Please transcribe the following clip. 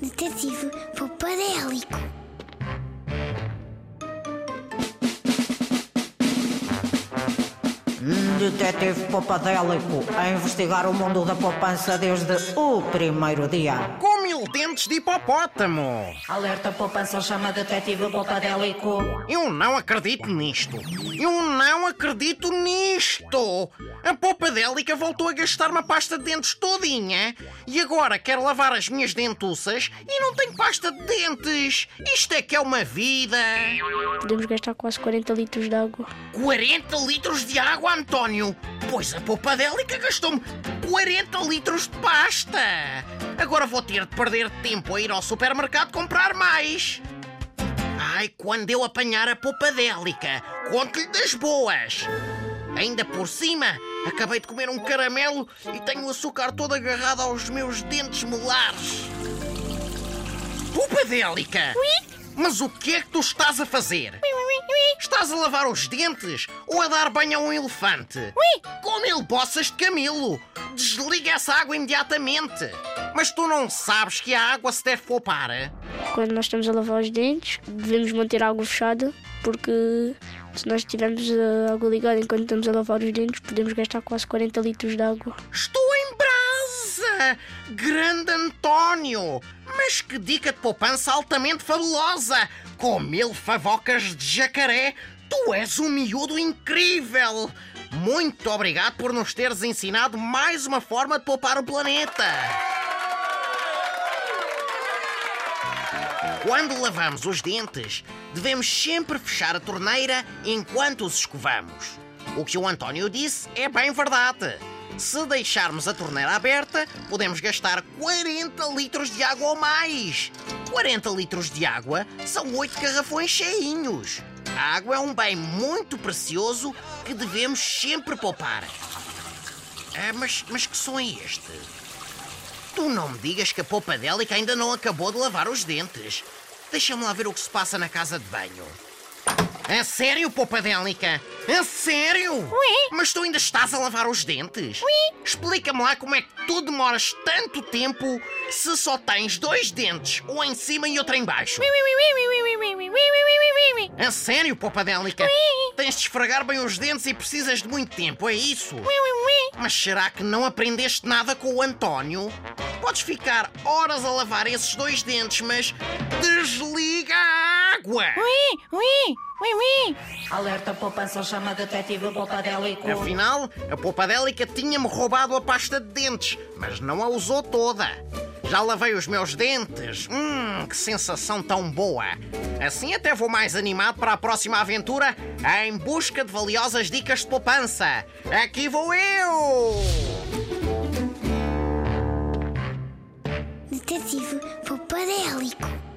Detetive Popadélico. Detetive Popadélico, a investigar o mundo da poupança desde o primeiro dia. Com 1000 dentes de hipopótamo. Alerta poupança, chama Detetive Popadélico. Eu não acredito nisto. Eu não acredito nisto. A Popadélica voltou a gastar uma pasta de dentes todinha e agora quer lavar as minhas dentuças e não tem pasta de dentes. Isto é que é uma vida. Podemos gastar quase 40 litros de água. 40 litros de água, António? Pois a Popadélica gastou-me 40 litros de pasta. Agora vou ter de perder tempo a ir ao supermercado comprar mais. Ai, quando eu apanhar a Popadélica, conto-lhe das boas. Ainda por cima, acabei de comer um caramelo e tenho o açúcar todo agarrado aos meus dentes molares. Popadélica! Mas o que é que tu estás a fazer? Estás a lavar os dentes ou a dar banho a um elefante? Com 1000 bossas de camelo! Desliga essa água imediatamente! Mas tu não sabes que a água se deve poupar? Quando nós estamos a lavar os dentes, devemos manter a água fechada, porque se nós tivermos a água ligada enquanto estamos a lavar os dentes, podemos gastar quase 40 litros de água. Estou em brasa! Grande António! Mas que dica de poupança altamente fabulosa! Com 1000 favocas de jacaré, tu és um miúdo incrível! Muito obrigado por nos teres ensinado mais uma forma de poupar o planeta! Quando lavamos os dentes, devemos sempre fechar a torneira enquanto os escovamos. O que o António disse é bem verdade. Se deixarmos a torneira aberta, podemos gastar 40 litros de água ou mais. 40 litros de água são 8 garrafões cheinhos. A água é um bem muito precioso que devemos sempre poupar. Mas que som é este? Tu não me digas que a Popadélica ainda não acabou de lavar os dentes. Deixa-me lá ver o que se passa na casa de banho. A sério, Popadélica? A sério? Mas tu ainda estás a lavar os dentes? Explica-me lá como é que tu demoras tanto tempo se só tens 2 dentes, um em cima e outro em baixo. A sério, Popadélica? Tens de esfregar bem os dentes e precisas de muito tempo, é isso? Mas será que não aprendeste nada com o António? Podes ficar horas a lavar esses 2 dentes, mas desliga a água! Alerta poupança, chama Detetive Popadélico. Afinal, a Popadélica tinha-me roubado a pasta de dentes, mas não a usou toda. Já lavei os meus dentes. Que sensação tão boa. Assim até vou mais animado para a próxima aventura em busca de valiosas dicas de poupança. Aqui vou eu! Detetive Popadélico.